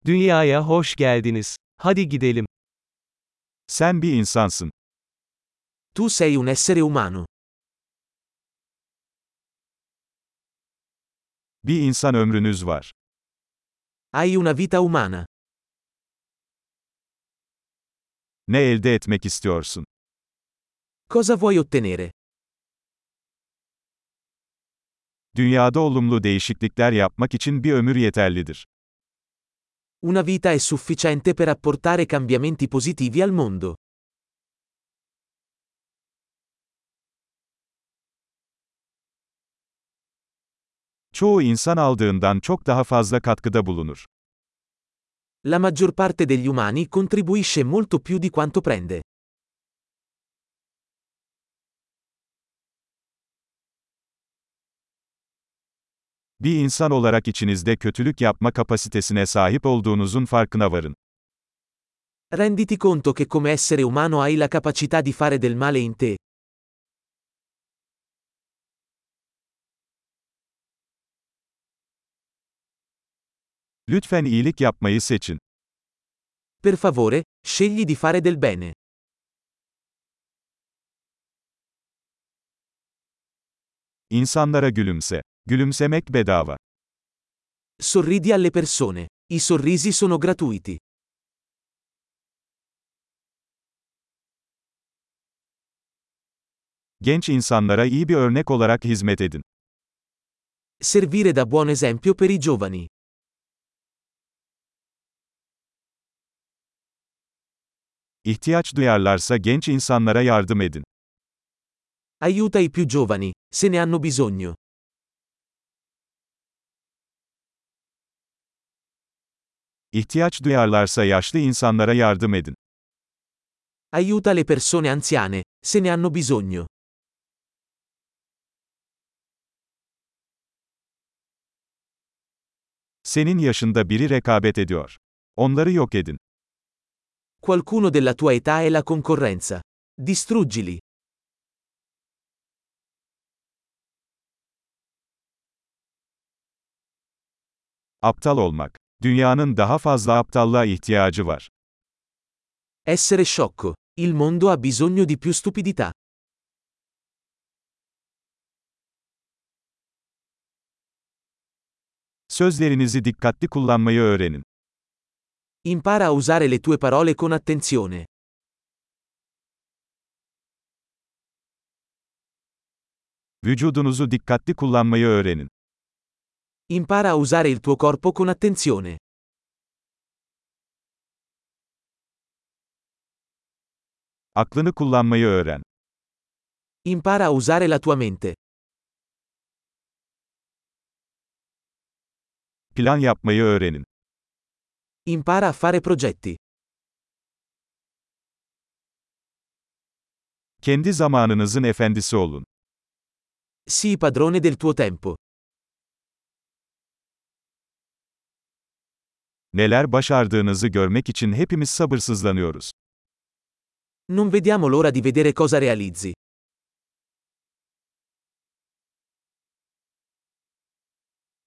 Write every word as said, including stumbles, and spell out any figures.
Dünyaya hoş geldiniz. Hadi gidelim. Sen bir insansın. Tu sei un essere umano. Bir insan ömrünüz var. Hai una vita umana. Ne elde etmek istiyorsun? Cosa vuoi ottenere? Dünyada olumlu değişiklikler yapmak için bir ömür yeterlidir. Una vita è sufficiente per apportare cambiamenti positivi al mondo. Çoğu insan aldığından çok daha fazla katkıda bulunur. La maggior parte degli umani contribuisce molto più di quanto prende. Bir insan olarak içinizde kötülük yapma kapasitesine sahip olduğunuzun farkına varın. Renditi conto che come essere umano hai la capacità di fare del male in te. Lütfen iyilik yapmayı seçin. Per favore, scegli di fare del bene. İnsanlara gülümse. Gülümsemek bedava. Sorridi alle persone. I sorrisi sono gratuiti. Genç insanlara iyi bir örnek olarak hizmet edin. Servire da buon esempio per i giovani. İhtiyaç duyarlarsa genç insanlara yardım edin. Aiuta i più giovani, se ne hanno bisogno. İhtiyaç duyarlarsa yaşlı insanlara yardım edin. Aiuta le persone anziane, se ne hanno bisogno. Senin yaşında biri rekabet ediyor. Onları yok edin. Qualcuno della tua età è la concorrenza. Distruggili. Aptal olmak. Dünyanın daha fazla aptallığa ihtiyacı var. Essere sciocco. Il mondo ha bisogno di più stupidità. Sözlerinizi dikkatli kullanmayı öğrenin. Impara a usare le tue parole con attenzione. Vücudunuzu dikkatli kullanmayı öğrenin. Impara a usare il tuo corpo con attenzione. Aklını kullanmayı öğren. Impara a usare la tua mente. Plan yapmayı öğrenin. Impara a fare progetti. Kendi zamanınızın efendisi olun. Sii padrone del tuo tempo. Neler başardığınızı görmek için hepimiz sabırsızlanıyoruz. Non vediamo l'ora di vedere cosa realizzi.